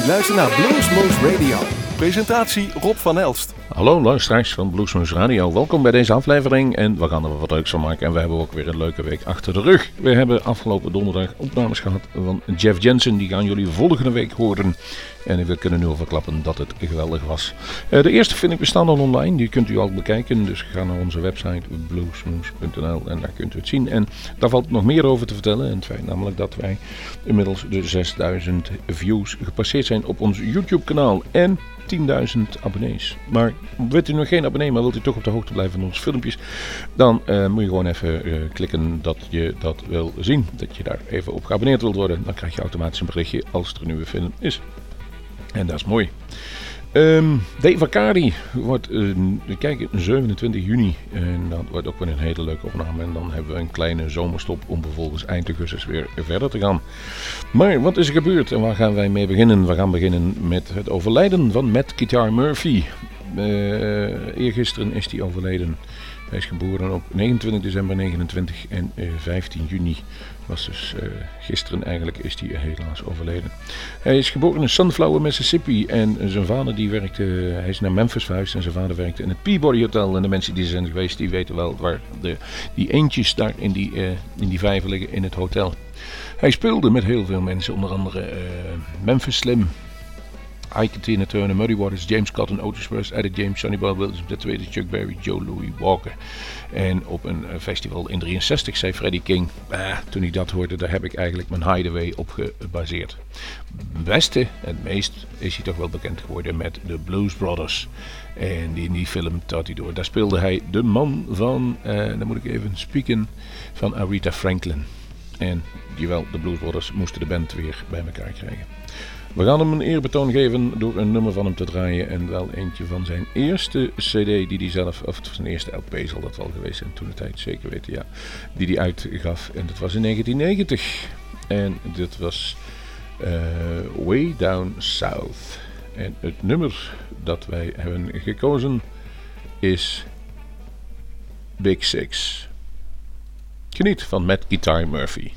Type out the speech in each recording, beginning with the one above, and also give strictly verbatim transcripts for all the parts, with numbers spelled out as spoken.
luistert naar Bluesmoose Radio. Presentatie Rob van Elst. Hallo luisteraars van Bluesmoose Radio. Welkom bij deze aflevering en we gaan er wat leuks van maken. En we hebben ook weer een leuke week achter de rug. We hebben afgelopen donderdag opnames gehad van Jeff Jensen. Die gaan jullie volgende week horen. En we kunnen nu al verklappen dat het geweldig was. Uh, de eerste vind ik bestaan al online. Die kunt u al bekijken. Dus ga naar onze website bluesmoose punt n l en daar kunt u het zien. En daar valt nog meer over te vertellen. En het feit namelijk dat wij inmiddels de zesduizend views gepasseerd zijn op ons YouTube kanaal. En tienduizend abonnees. Maar wilt u nog geen abonnee, maar wilt u toch op de hoogte blijven van onze filmpjes, dan uh, moet je gewoon even uh, klikken dat je dat wil zien. Dat je daar even op geabonneerd wilt worden. Dan krijg je automatisch een berichtje als er een nieuwe film is. En dat is mooi. Um, Dave Arcadi wordt, uh, kijken, zevenentwintig juni. En dat wordt ook weer een hele leuke opname. En dan hebben we een kleine zomerstop om vervolgens eind augustus weer verder te gaan. Maar wat is er gebeurd en waar gaan wij mee beginnen? We gaan beginnen met het overlijden van Matt Guitar Murphy. Uh, eergisteren is hij overleden. Hij is geboren op negenentwintig december negenentwintig en uh, vijftien juni. Was dus uh, gisteren eigenlijk is hij helaas overleden. Hij is geboren in Sunflower, Mississippi. En zijn vader die werkte, hij is naar Memphis verhuisd en zijn vader werkte in het Peabody Hotel. En de mensen die zijn geweest, die weten wel waar de, die eendjes daar in die, uh, in die vijver liggen in het hotel. Hij speelde met heel veel mensen, onder andere uh, Memphis Slim, Ike Tina Turner, Muddy Waters, James Cotton, Otis Rush, Eddie James, Sonny Boy Williams, de tweede Chuck Berry, Joe Louis Walker. En op een festival in drieënzestig zei Freddie King, ah, toen ik dat hoorde, daar heb ik eigenlijk mijn Hideaway op gebaseerd. Het beste, het meest, is hij toch wel bekend geworden met de Blues Brothers. En die, in die film trad hij door. Daar speelde hij de man van, uh, dan moet ik even spieken, van Aretha Franklin. En jawel, de Blues Brothers moesten de band weer bij elkaar krijgen. We gaan hem een eerbetoon geven door een nummer van hem te draaien. En wel eentje van zijn eerste cd die hij zelf, of zijn eerste L P zal dat wel geweest zijn toen de tijd, zeker weten, ja. Die hij uitgaf. En dat was in negentien negentig. En dit was uh, Way Down South. En het nummer dat wij hebben gekozen is Big Six. Geniet van Matt Guitar Murphy.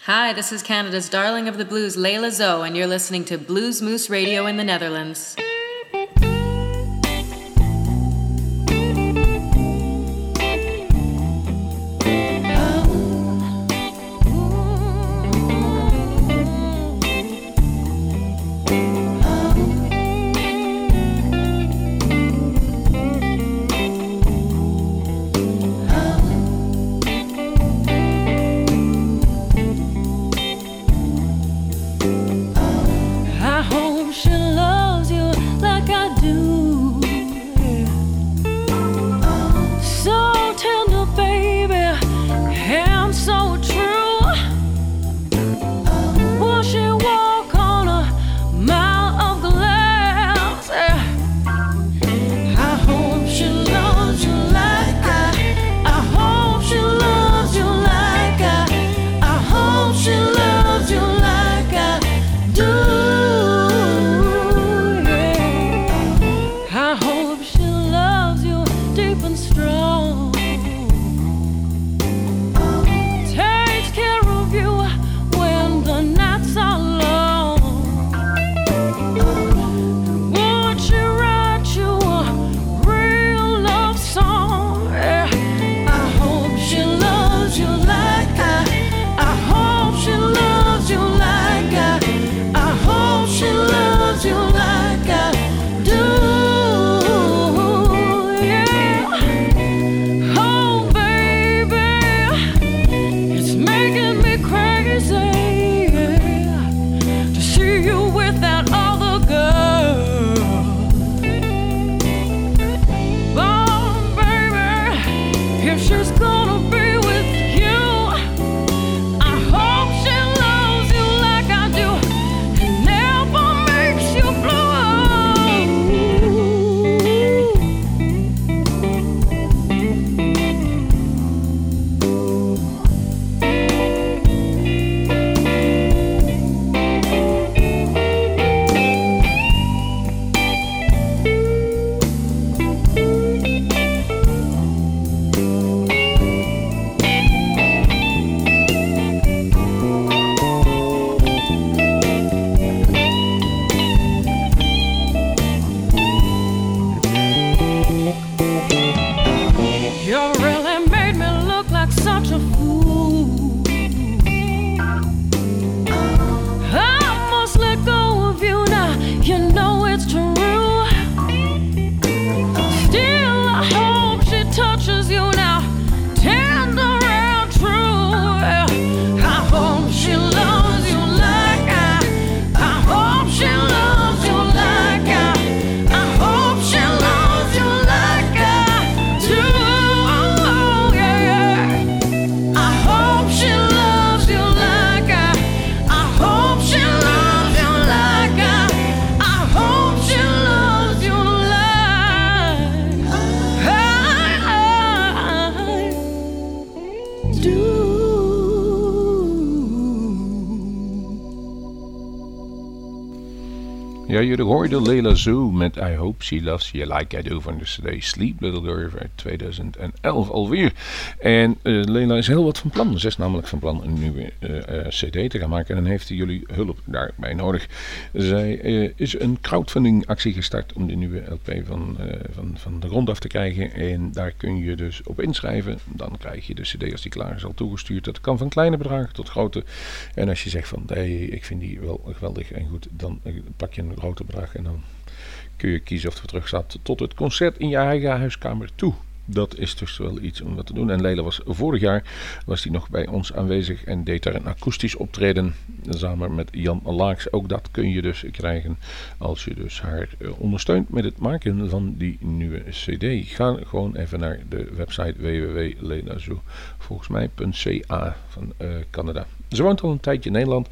Hi, this is Canada's darling of the blues, Layla Zoe, and you're listening to Blues Moose Radio in the Netherlands. Ja, jullie hoorden Layla Zoe met I Hope She Loves You Like I Do van de cd Sleep Little Girl uit tweeduizend elf alweer. En uh, Layla is heel wat van plan. Ze is namelijk van plan een nieuwe uh, uh, cd te gaan maken en dan heeft hij jullie hulp daarbij nodig. Zij uh, is een crowdfunding actie gestart om de nieuwe L P van, uh, van, van de grond af te krijgen. En daar kun je dus op inschrijven. Dan krijg je de cd als die klaar is al toegestuurd. Dat kan van kleine bedragen tot grote. En als je zegt van hey, ik vind die wel geweldig en goed, dan uh, pak je een grote bedrag en dan kun je kiezen of het terug staat tot het concert in je eigen huiskamer toe. Dat is dus wel iets om wat te doen. En Layla was vorig jaar was die nog bij ons aanwezig en deed daar een akoestisch optreden samen met Jan Laaks. Ook dat kun je dus krijgen als je dus haar uh, ondersteunt met het maken van die nieuwe cd. Ga gewoon even naar de website w w w punt layla zoe volgens mij punt c a van uh, Canada. Ze woont al een tijdje in Nederland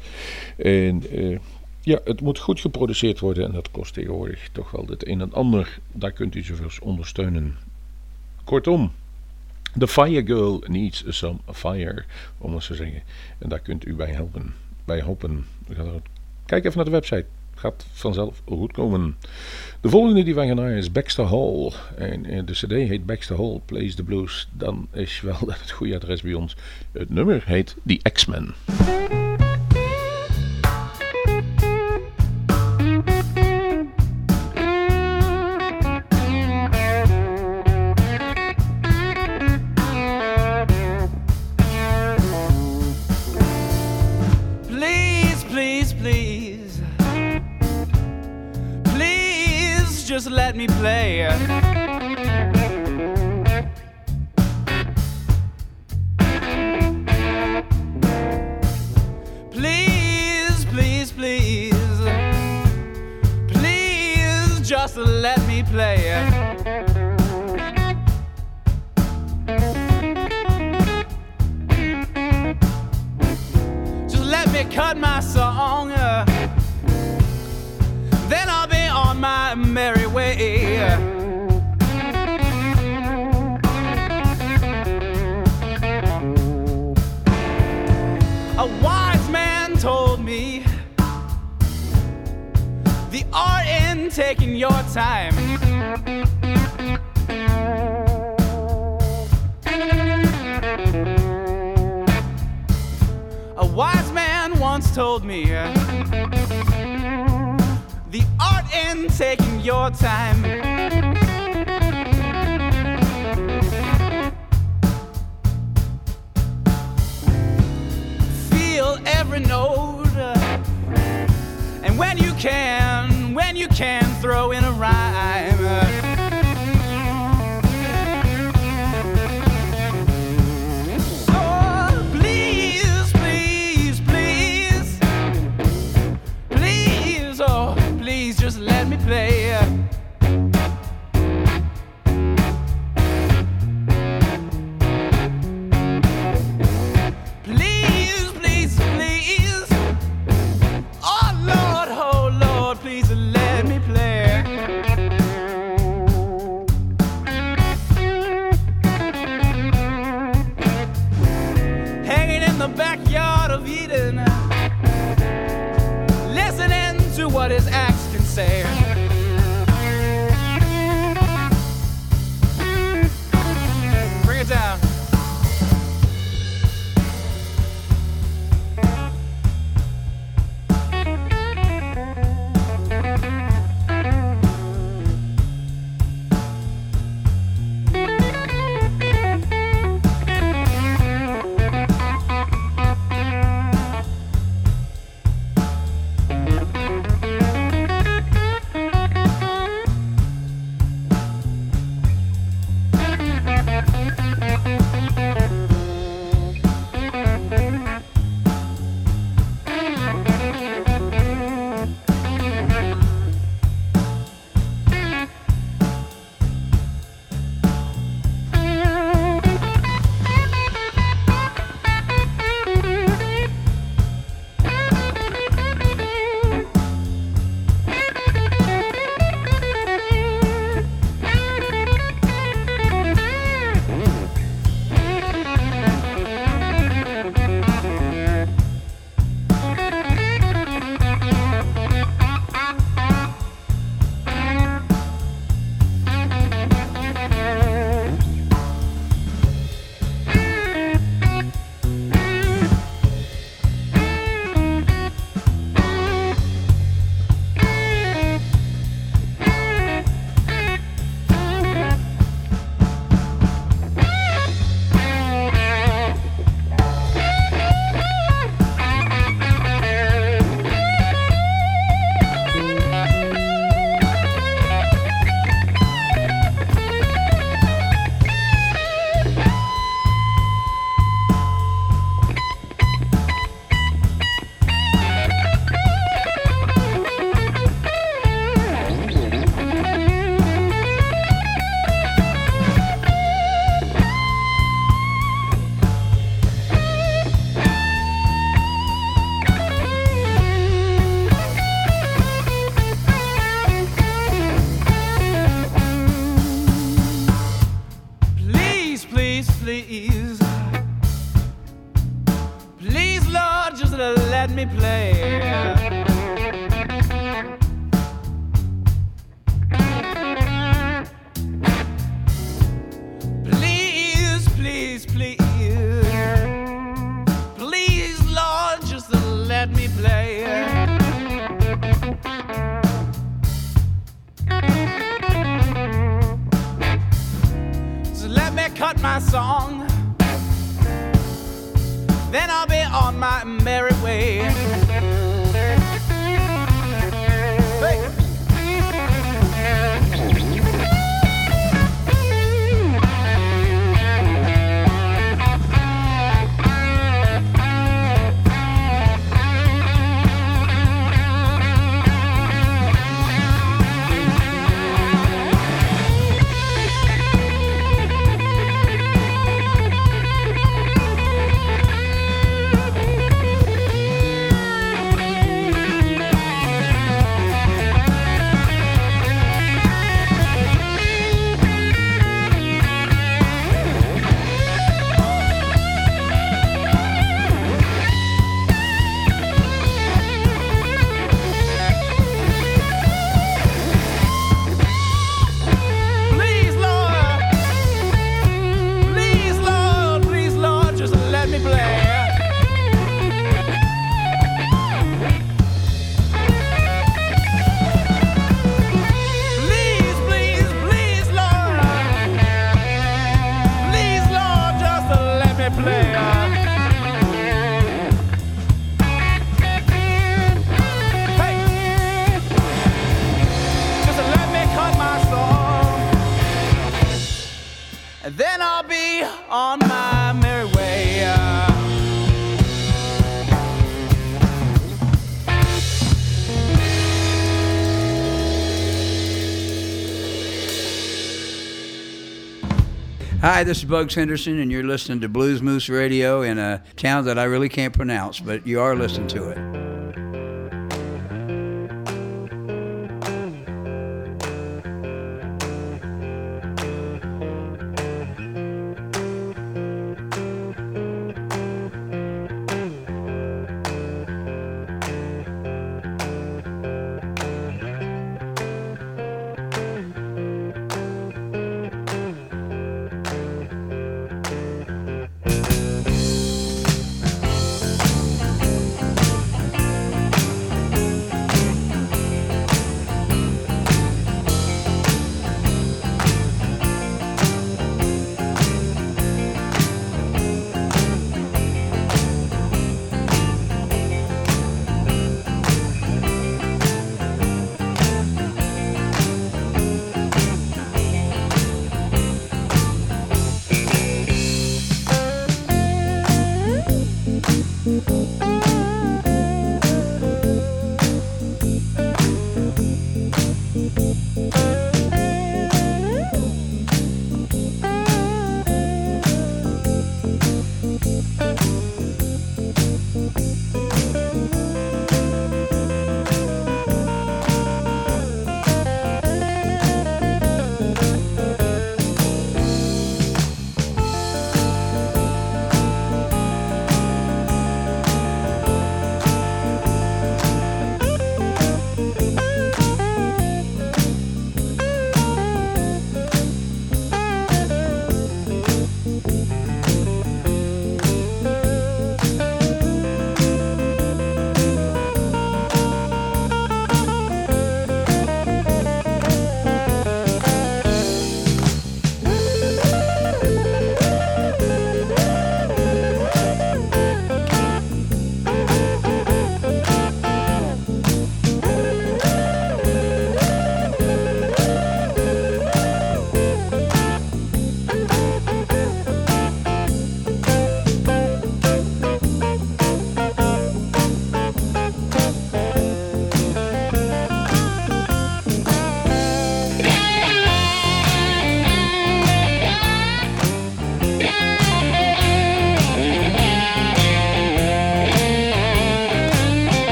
en uh, ja, het moet goed geproduceerd worden en dat kost tegenwoordig toch wel het een en ander. Daar kunt u ze dus ondersteunen. Kortom, The Fire Girl needs some fire, om het zo te zeggen. En daar kunt u bij helpen. Bij helpen. Kijk even naar de website. Gaat vanzelf goed komen. De volgende die wij gaan naar is Baxter Hall. En de cd heet Baxter Hall Plays the Blues. Dan is wel het goede adres bij ons. Het nummer heet The X-Men. let me play. Please, please, please, please just let me play. Let me cut my song, uh, then I'll be on my merry way. A wise man told me the art in taking your time. A wise man once told me uh, the art in taking your time. Feel every note, uh, and when you can, when you can, throw in a rhyme. Uh, Just let me play. Please, please, please. Oh Lord, oh Lord, please let me play. Hanging in the backyard of Eden, listening to what his axe can say. Bring it down. please. Please, Lord, just let me play. Please, please, please. Please, Lord, just let me play. Let me cut my song, then I'll be on my merry way. Hey. on my merry way. Uh, Hi, this is Bugs Henderson, and you're listening to Blues Moose Radio in a town that I really can't pronounce, but you are listening to it.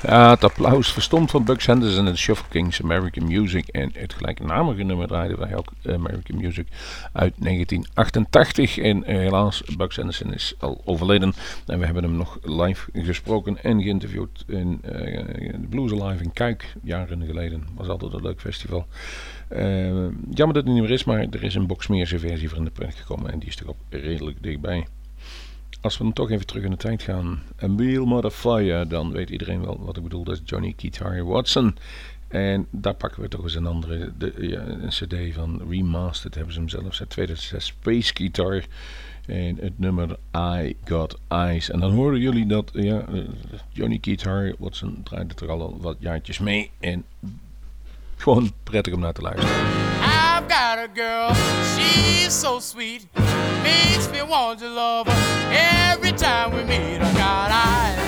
Ja, het applaus verstond van Buck Henderson en de Shuffle Kings American Music. En het gelijknamige nummer draaiden wij ook, American Music, uit negentien achtentachtig. En uh, helaas, Buck Henderson is al overleden. En we hebben hem nog live gesproken en geïnterviewd in uh, de Blues Alive in Kuik, jaren geleden. Was altijd een leuk festival. Uh, jammer dat het niet meer is, maar er is een Boxmeerse versie van de print gekomen. En die is toch ook redelijk dichtbij. Als we dan toch even terug in de tijd gaan. A Real Motherfire, dan weet iedereen wel wat ik bedoel. Dat is Johnny Guitar Watson. En daar pakken we toch eens een andere de, ja, een cd van Remastered. Hebben ze hem zelfs uit tweeduizend zes, Space Guitar. En het nummer I Got Eyes. En dan horen jullie dat ja, Johnny Guitar Watson draaide er al wat jaartjes mee. En gewoon prettig om naar te luisteren. I've got a girl, she's so sweet, makes me want to love her every time we meet. I got eyes,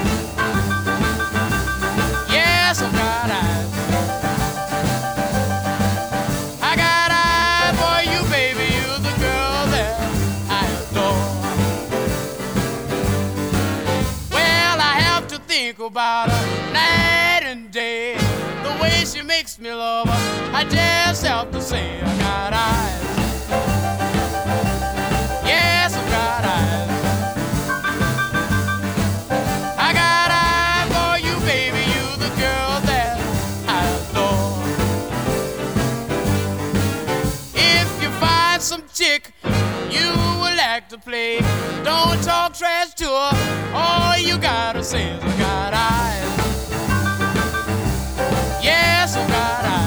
yes, I got eyes. I got eyes for you, baby, you're the girl that I adore. Well, I have to think about her night and day, the way she makes me love her. I just have to say I got eyes. Yes, I got eyes. I got eyes for you, baby. You're the girl that I adore. If you find some chick you would like to play, don't talk trash to her. All you gotta say is I got eyes. Yes, I got eyes.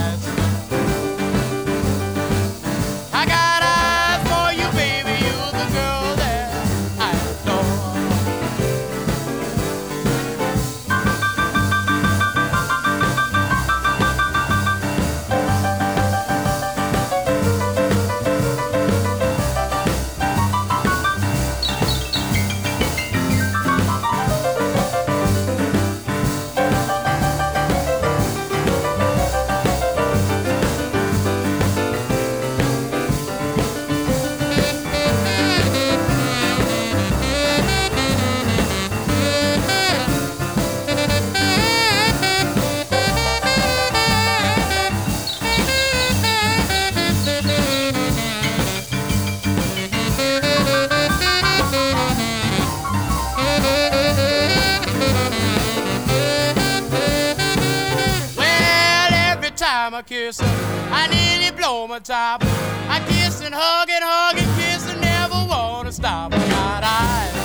I kiss her, I nearly blow my top. I kiss and hug and hug and kiss and never wanna stop. I got eyes.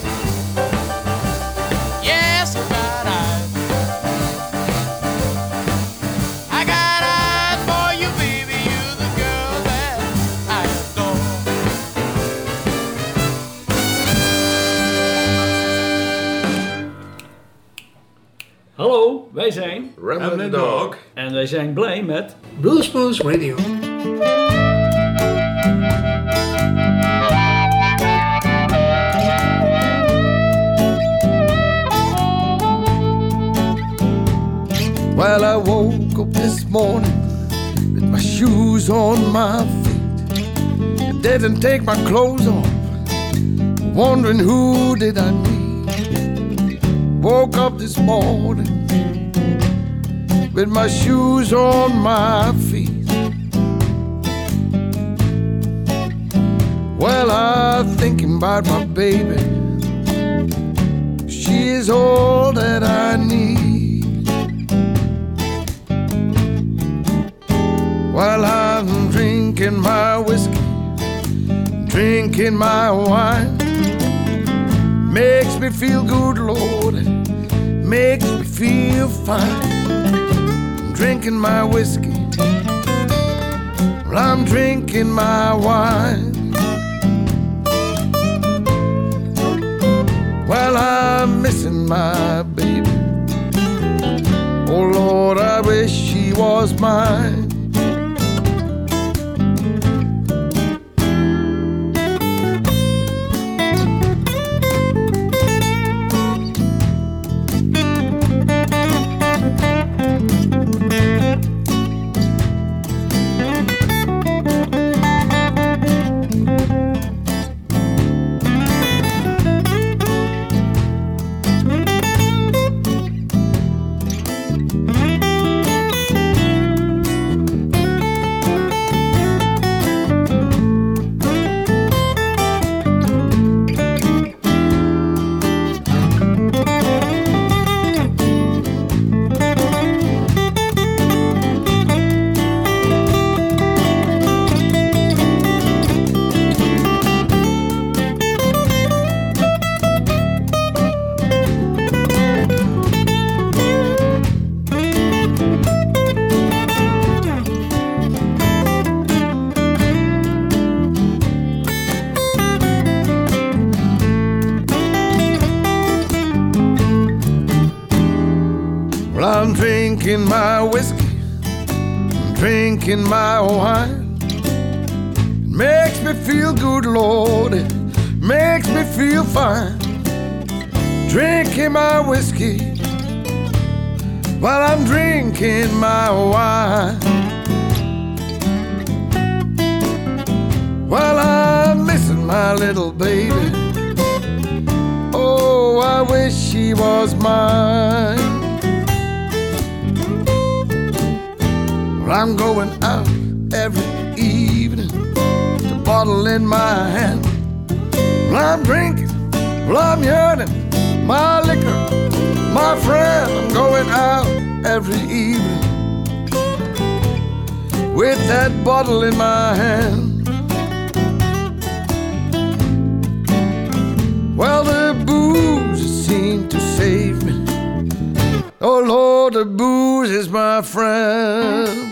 Yes, I got eyes. I got eyes for you, baby. You're the girl that I adore. Hallo, wij zijn Ramblin' Dog. En wij zijn blij met Bluesmoose Radio. Well, I woke up this morning with my shoes on my feet. I didn't take my clothes off, wondering who did I meet. Woke up this morning with my shoes on my feet. Well, I'm thinking about my baby. She is all that I need. While I'm drinking my whiskey, drinking my wine, makes me feel good, Lord, makes me feel fine. Drinking my whiskey, well, I'm drinking my wine. Well, I'm missing my baby. Oh Lord, I wish she was mine. drinking my whiskey, drinking my wine. It makes me feel good, Lord, it makes me feel fine. Drinking my whiskey while I'm drinking my wine. While I'm missing my little baby, oh, I wish she was mine. Well, I'm going out every evening, the bottle in my hand. Well, I'm drinking, well, I'm yearning, my liquor, my friend. I'm going out every evening with that bottle in my hand. Well, the booze seemed to save me. Oh Lord, the booze is my friend.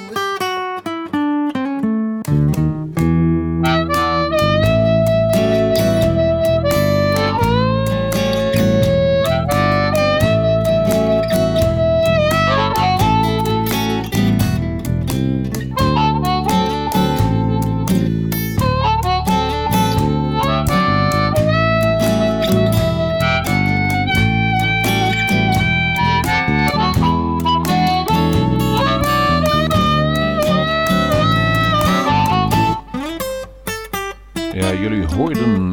Jullie hoorden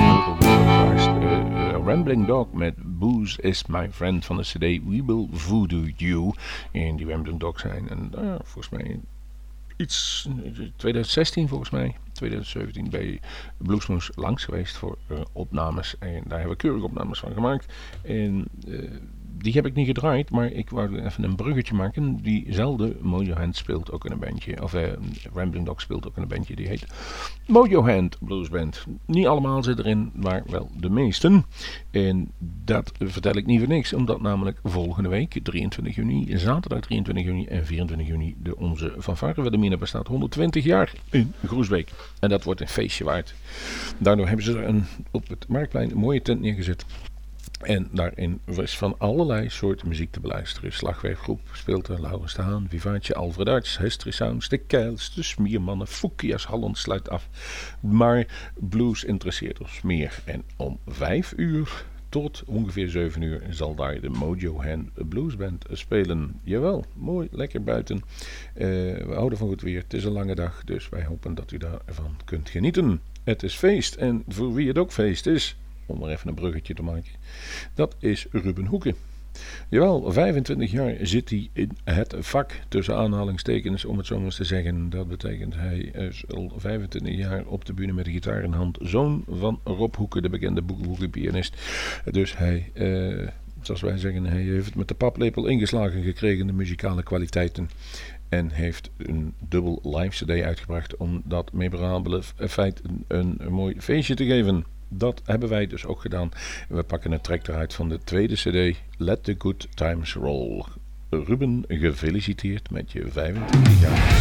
uh, Rambling Dog met Booze is My Friend van de C D We Will Voodoo You. En die Rambling Dog zijn en uh, volgens mij iets twintig zestien volgens mij, twintig zeventien bij Bluesmoose langs geweest voor uh, opnames. En daar hebben we keurige opnames van gemaakt. En uh, die heb ik niet gedraaid, maar ik wou even een bruggetje maken. Diezelfde Mojo Hand speelt ook in een bandje, of uh, Rambling Dog speelt ook in een bandje, die heet Mojo Hand Blues Band. Niet allemaal zit erin, maar wel de meesten. En dat vertel ik niet voor niks, omdat namelijk volgende week, drieëntwintig juni, zaterdag drieëntwintig juni en vierentwintig juni, de onze fanfare Wilhelmina bestaat honderdtwintig jaar in Groesbeek. En dat wordt een feestje waard. Daardoor hebben ze er een, op het Marktplein een mooie tent neergezet. En daarin was van allerlei soorten muziek te beluisteren. Slagwerkgroep speelt er, Laurens de Haan, Vivace, Alfred Arts, History Sounds, De Keils, De Smiermannen, Fukia's Holland sluit af. Maar blues interesseert ons meer. En om vijf uur tot ongeveer zeven uur zal daar de Mojo Hand Blues Band spelen. Jawel, mooi, lekker buiten. Uh, we houden van goed weer. Het is een lange dag, dus wij hopen dat u daarvan kunt genieten. Het is feest en voor wie het ook feest is, om er even een bruggetje te maken, dat is Ruben Hoeke. Jawel, vijfentwintig jaar zit hij in het vak, tussen aanhalingstekens, om het zo maar eens te zeggen. Dat betekent hij is al vijfentwintig jaar op de bühne met de gitaar in hand. Zoon van Rob Hoeke, de bekende boekenhoekenpianist. Dus hij, eh, zoals wij zeggen, hij heeft met de paplepel ingeslagen gekregen de muzikale kwaliteiten. En heeft een dubbel live cd uitgebracht om dat memorabele feit een, een, een mooi feestje te geven. Dat hebben wij dus ook gedaan. We pakken een track eruit van de tweede cd, Let the Good Times Roll. Ruben, gefeliciteerd met je vijfentwintig jaar.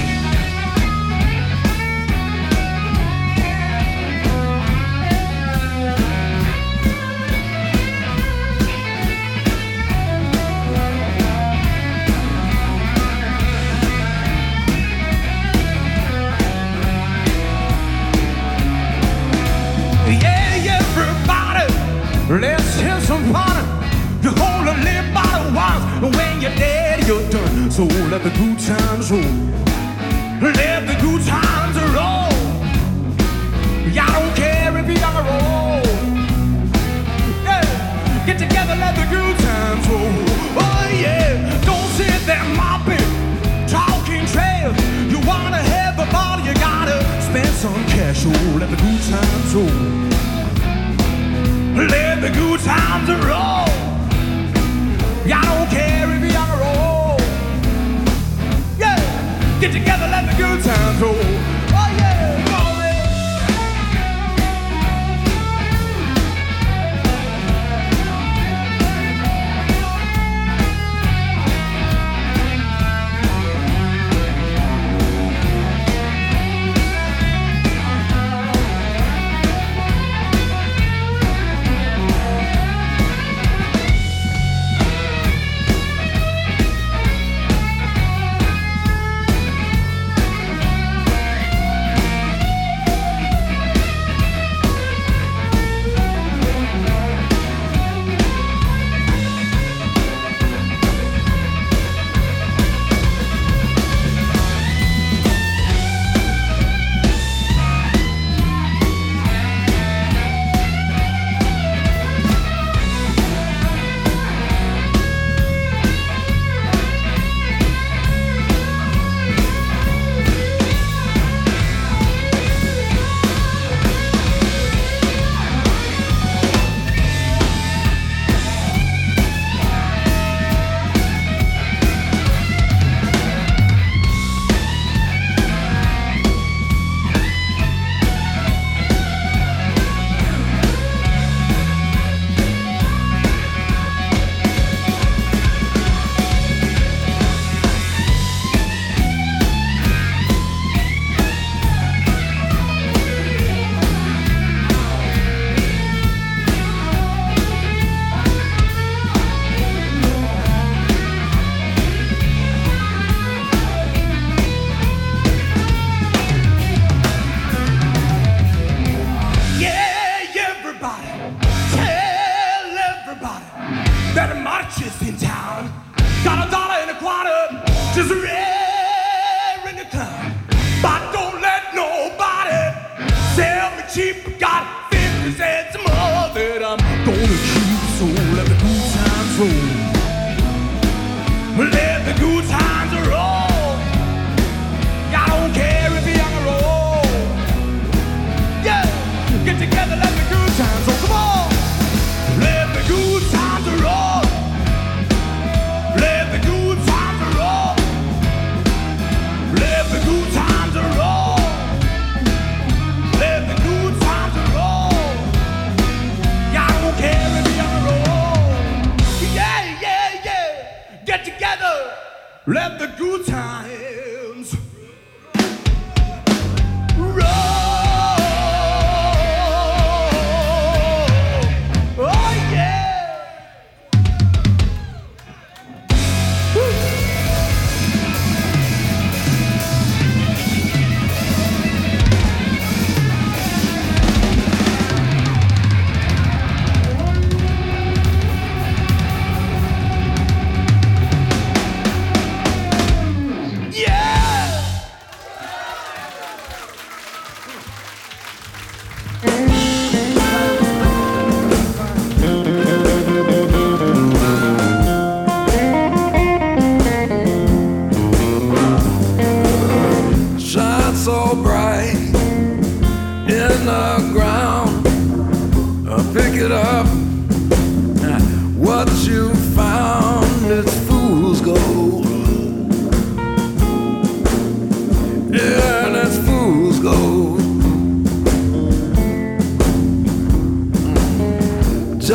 Let's have some fun. You only live by once. When you're dead, you're done. So let the good times roll. Let the good times roll. I don't care if you're young or old. Yeah. Get together, let the good times roll. Oh yeah. Don't sit there mopping, talking trash. You wanna have a ball, you gotta spend some cash. Oh, let the good times roll. Let the good times roll. I don't care if you're young or old. Yeah, get together, let the good times roll. Oh yeah, come on, man.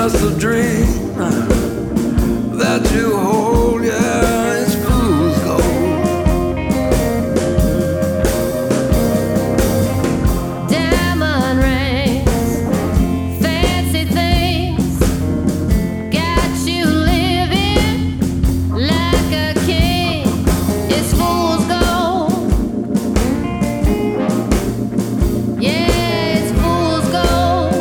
just a dream that you hold, yeah, it's fool's gold. Diamond rings, fancy things, got you living like a king. It's fool's gold. Yeah, it's fool's gold.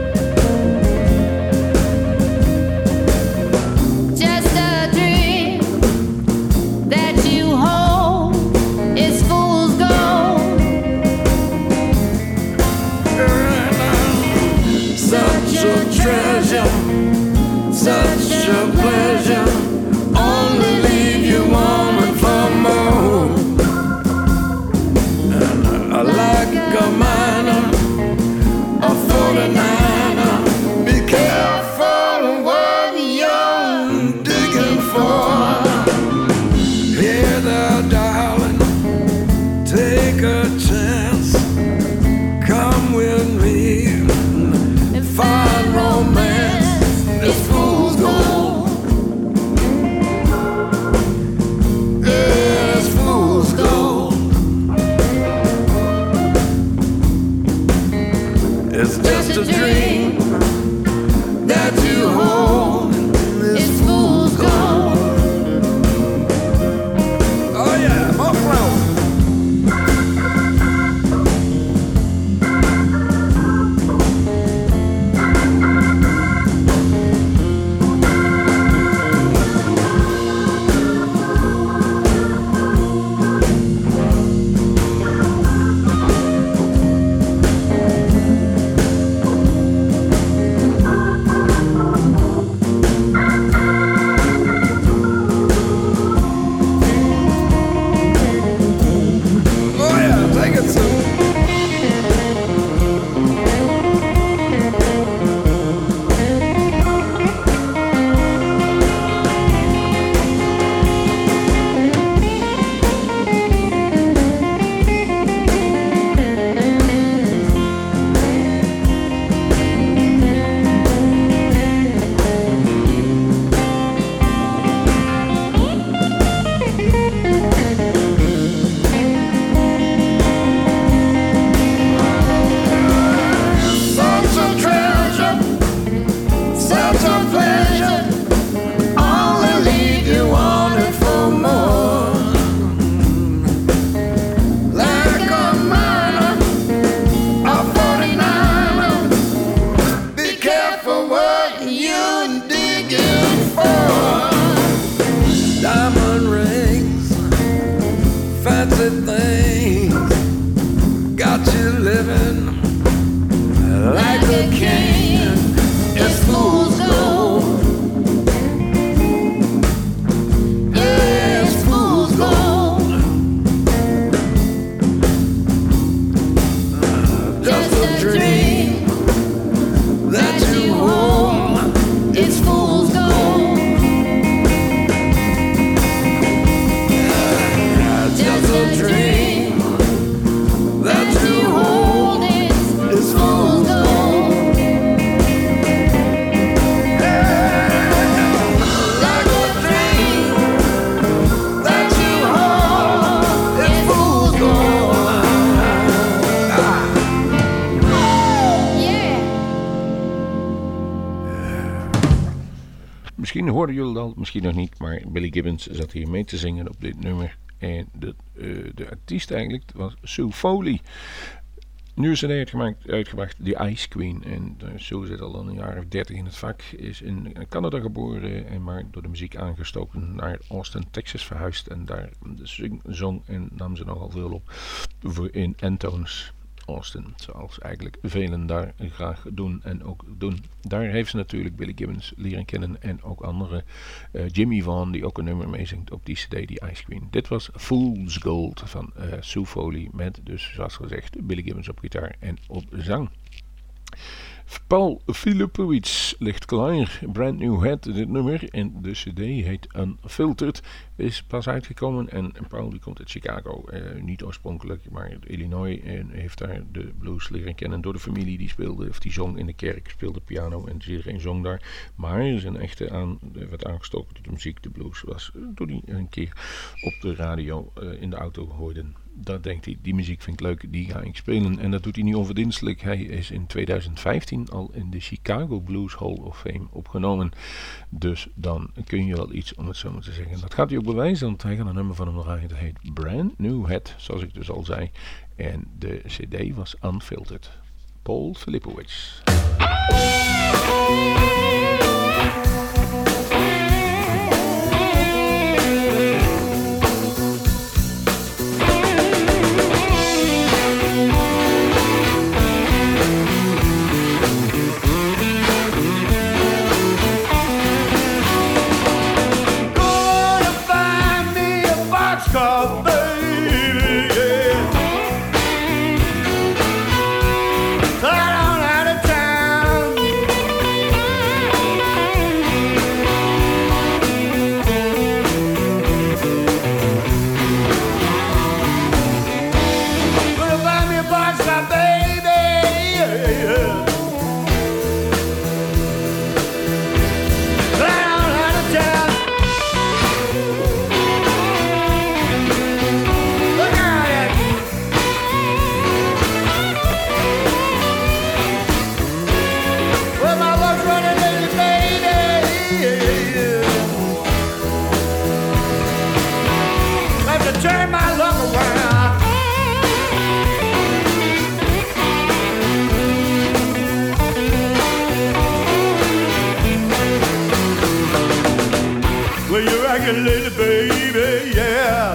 Just a dream that you hold. It's fool's gold. Such a treasure, such a pleasure, only leave you wanting for more. And I like a miner, a forty-niner, be careful what you're digging for. Here there, darling, take a chance, come with me and find romance. It's fool's gold. Yeah, it's fool's gold. It's just a dream that you hold. It's fool's gold. Oh yeah, more flow. Oh yeah, take it soon. Such a treasure, such a pleasure, only leave you wanting for more. Like a miner, a forty-niner, be careful what you're digging for. Diamond rings, fancy things, got you living like a king. It's fool's gold. Yeah, it's fool's gold. Just a dream that you hold. It's fool's gold. Just a dream that you hold. It's fool's gold. Like a dream that you hold. It's fool's gold. Yeah. Misschien hoorden jullie het al, misschien nog niet, maar Billy Gibbons zat hier mee te zingen op dit nummer. En de, uh, de artiest eigenlijk was Sue Foley. Nu is ze uitgemaakt, uitgebracht, The Ice Queen. En uh, Sue zit al een jaar of dertig in het vak. Is in Canada geboren en maar door de muziek aangestoken naar Austin, Texas verhuisd. En daar zong, zong en nam ze nogal veel op voor in Antones. Austin, zoals eigenlijk velen daar graag doen en ook doen. Daar heeft ze natuurlijk Billy Gibbons leren kennen en ook andere. Uh, Jimmy Vaughan, die ook een nummer meezingt op die cd, die Ice Queen. Dit was Fool's Gold van uh, Sue Foley met, dus zoals gezegd, Billy Gibbons op gitaar en op zang. Paul Filipowicz ligt klaar. Brand New Head, dit nummer. En de cd heet Unfiltered. Is pas uitgekomen. En Paul die komt uit Chicago. Uh, niet oorspronkelijk, maar uit Illinois. En heeft daar de blues leren kennen door de familie. Die speelde, of die zong in de kerk, speelde piano. En iedereen zong daar. Maar zijn echte aan, werd aangestoken tot de muziek, de blues, was toen hij een keer op de radio uh, in de auto hoorde. Dat denkt hij, die muziek vind ik leuk, die ga ik spelen. En dat doet hij niet onverdienstelijk. Hij is in tweeduizend vijftien al in de Chicago Blues Hall of Fame opgenomen. Dus dan kun je wel iets, om het zo maar te zeggen. Dat gaat hij ook bewijzen, want hij gaat een nummer van hem draaien. Dat heet Brand New Head, zoals ik dus al zei. En de cd was Unfiltered. Paul Filipowicz. Boxcar, baby, yeah. Right on out of town. Gonna buy me a boxcar, baby, yeah. Right on out of town. Turn my luck around. Well, you're rockin' lady, baby, yeah.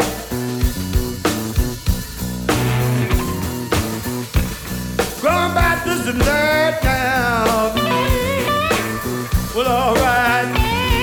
Going back this and that now. Well, alright.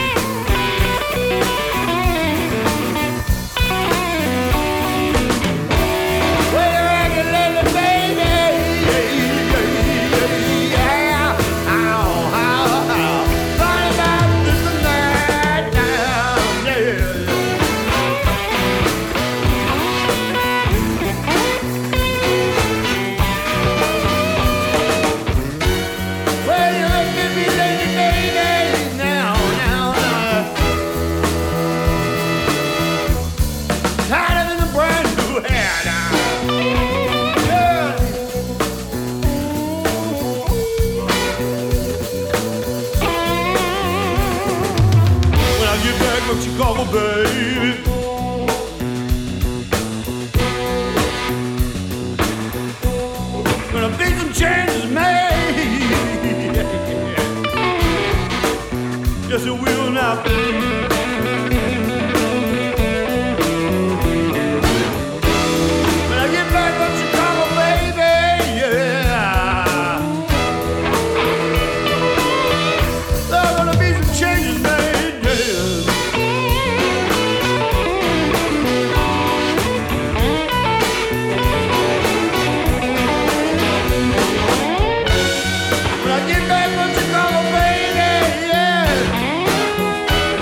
Chicago, baby. Gonna be some changes made. Yes, it will now. When I get back from Chicago, baby, yeah. There's gonna be some changes made, yeah. When I get back from Chicago, baby, yeah.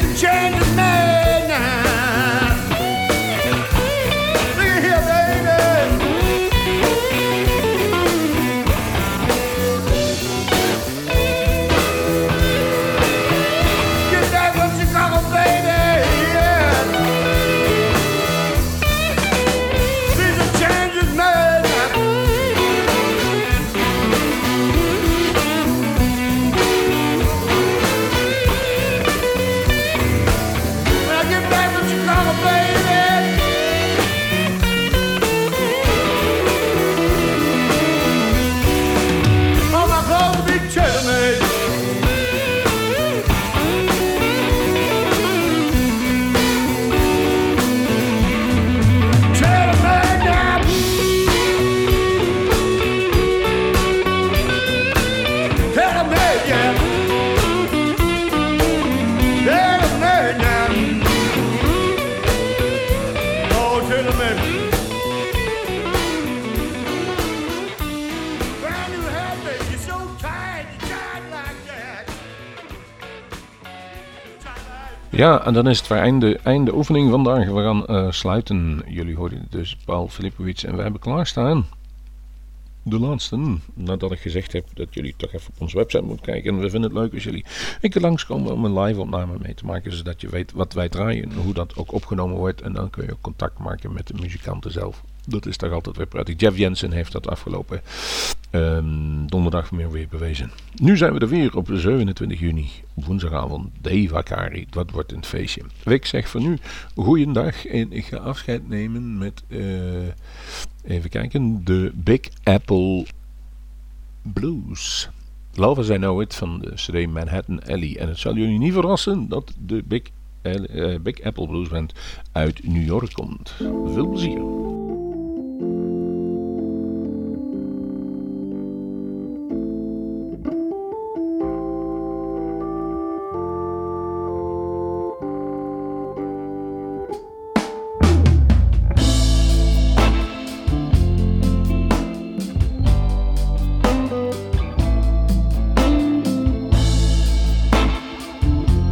the change is made now. Look at here, baby. Get back from Chicago, baby. Yeah. See the change is made now. When I get back from Chicago, baby. All my clothes will be tailor-made. Tailor-made now. Tailor-made, yeah. Tailor-made now. Oh, tailor-made. Brand new hat, baby. You're so tired, you're tired like that. Tired like Ja, en dan is het weer einde, einde oefening vandaag. We gaan eh, sluiten. Jullie hoorden dus Paul Filipovic en we hebben klaarstaan de laatste. Nadat ik gezegd heb dat jullie toch even op onze website moeten kijken. En we vinden het leuk als jullie een keer langskomen om een live opname mee te maken. Zodat je weet wat wij draaien en hoe dat ook opgenomen wordt. En dan kun je ook contact maken met de muzikanten zelf. Dat is toch altijd weer prettig. Jeff Jensen heeft dat afgelopen ehm, donderdag meer weer bewezen. Nu zijn we er weer op zevenentwintig juni. Woensdagavond. Deva Kari. Dat wordt een feestje. Ik zeg voor nu goeiedag. En ik ga afscheid nemen met... eh, even kijken. De Big Apple Blues. Love as I Know It van de C D Manhattan Alley. En het zal jullie niet verrassen dat de Big, uh, Big Apple Blues Band uit New York komt. Veel plezier.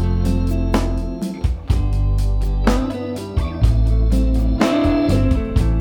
Thank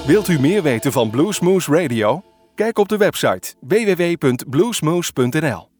Wilt u meer weten van Bluesmoose Radio? Kijk op de website w w w punt bluesmoose punt n l.